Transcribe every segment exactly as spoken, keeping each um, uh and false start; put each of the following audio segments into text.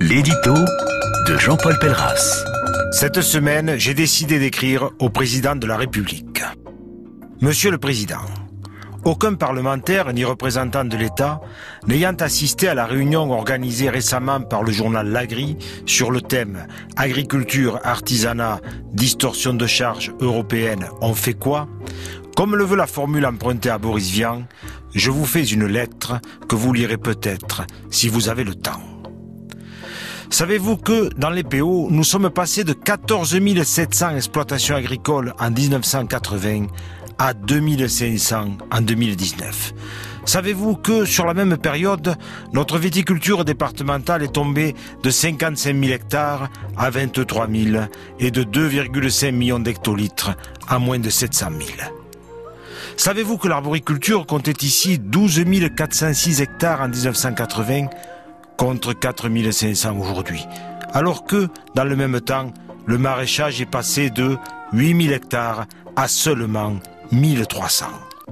L'édito de Jean-Paul Pelleras. Cette semaine, j'ai décidé d'écrire au président de la République. Monsieur le Président, aucun parlementaire ni représentant de l'État n'ayant assisté à la réunion organisée récemment par le journal L'Agri sur le thème « Agriculture, artisanat, distorsion de charges européennes, on fait quoi ?» Comme le veut la formule empruntée à Boris Vian, je vous fais une lettre que vous lirez peut-être si vous avez le temps. Savez-vous que, dans les P O, nous sommes passés de quatorze mille sept cents exploitations agricoles en dix-neuf cent quatre-vingts à deux mille cinq cents en deux mille dix-neuf. Savez-vous que, sur la même période, notre viticulture départementale est tombée de cinquante-cinq mille hectares à vingt-trois mille et de deux virgule cinq millions d'hectolitres à moins de sept cent mille. Savez-vous que l'arboriculture comptait ici douze mille quatre cent six hectares en dix-neuf cent quatre-vingts contre quatre mille cinq cents aujourd'hui, alors que, dans le même temps, le maraîchage est passé de huit mille hectares à seulement mille trois cents.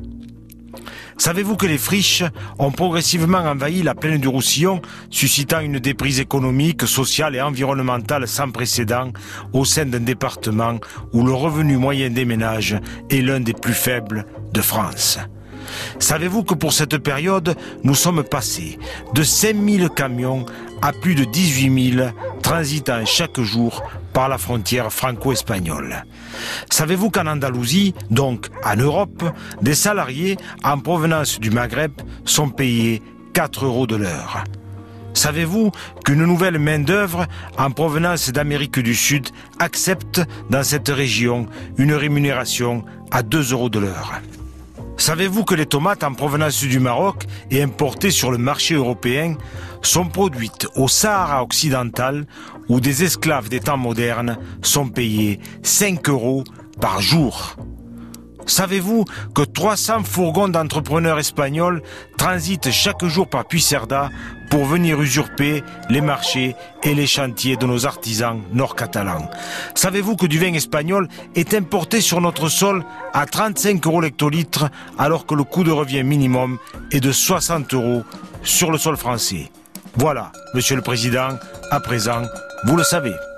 Savez-vous que les friches ont progressivement envahi la plaine du Roussillon, suscitant une déprise économique, sociale et environnementale sans précédent au sein d'un département où le revenu moyen des ménages est l'un des plus faibles de France? Savez-vous que pour cette période, nous sommes passés de cinq mille camions à plus de dix-huit mille transitant chaque jour par la frontière franco-espagnole? Savez-vous qu'en Andalousie, donc en Europe, des salariés en provenance du Maghreb sont payés quatre euros de l'heure? Savez-vous qu'une nouvelle main-d'œuvre en provenance d'Amérique du Sud accepte dans cette région une rémunération à deux euros de l'heure? Savez-vous que les tomates en provenance du Maroc et importées sur le marché européen sont produites au Sahara occidental où des esclaves des temps modernes sont payés cinq euros par jour? Savez-vous que trois cents fourgons d'entrepreneurs espagnols transitent chaque jour par Puigcerdà pour venir usurper les marchés et les chantiers de nos artisans nord-catalans? Savez-vous que du vin espagnol est importé sur notre sol à trente-cinq euros l'hectolitre alors que le coût de revient minimum est de soixante euros sur le sol français? Voilà, Monsieur le Président, à présent, vous le savez.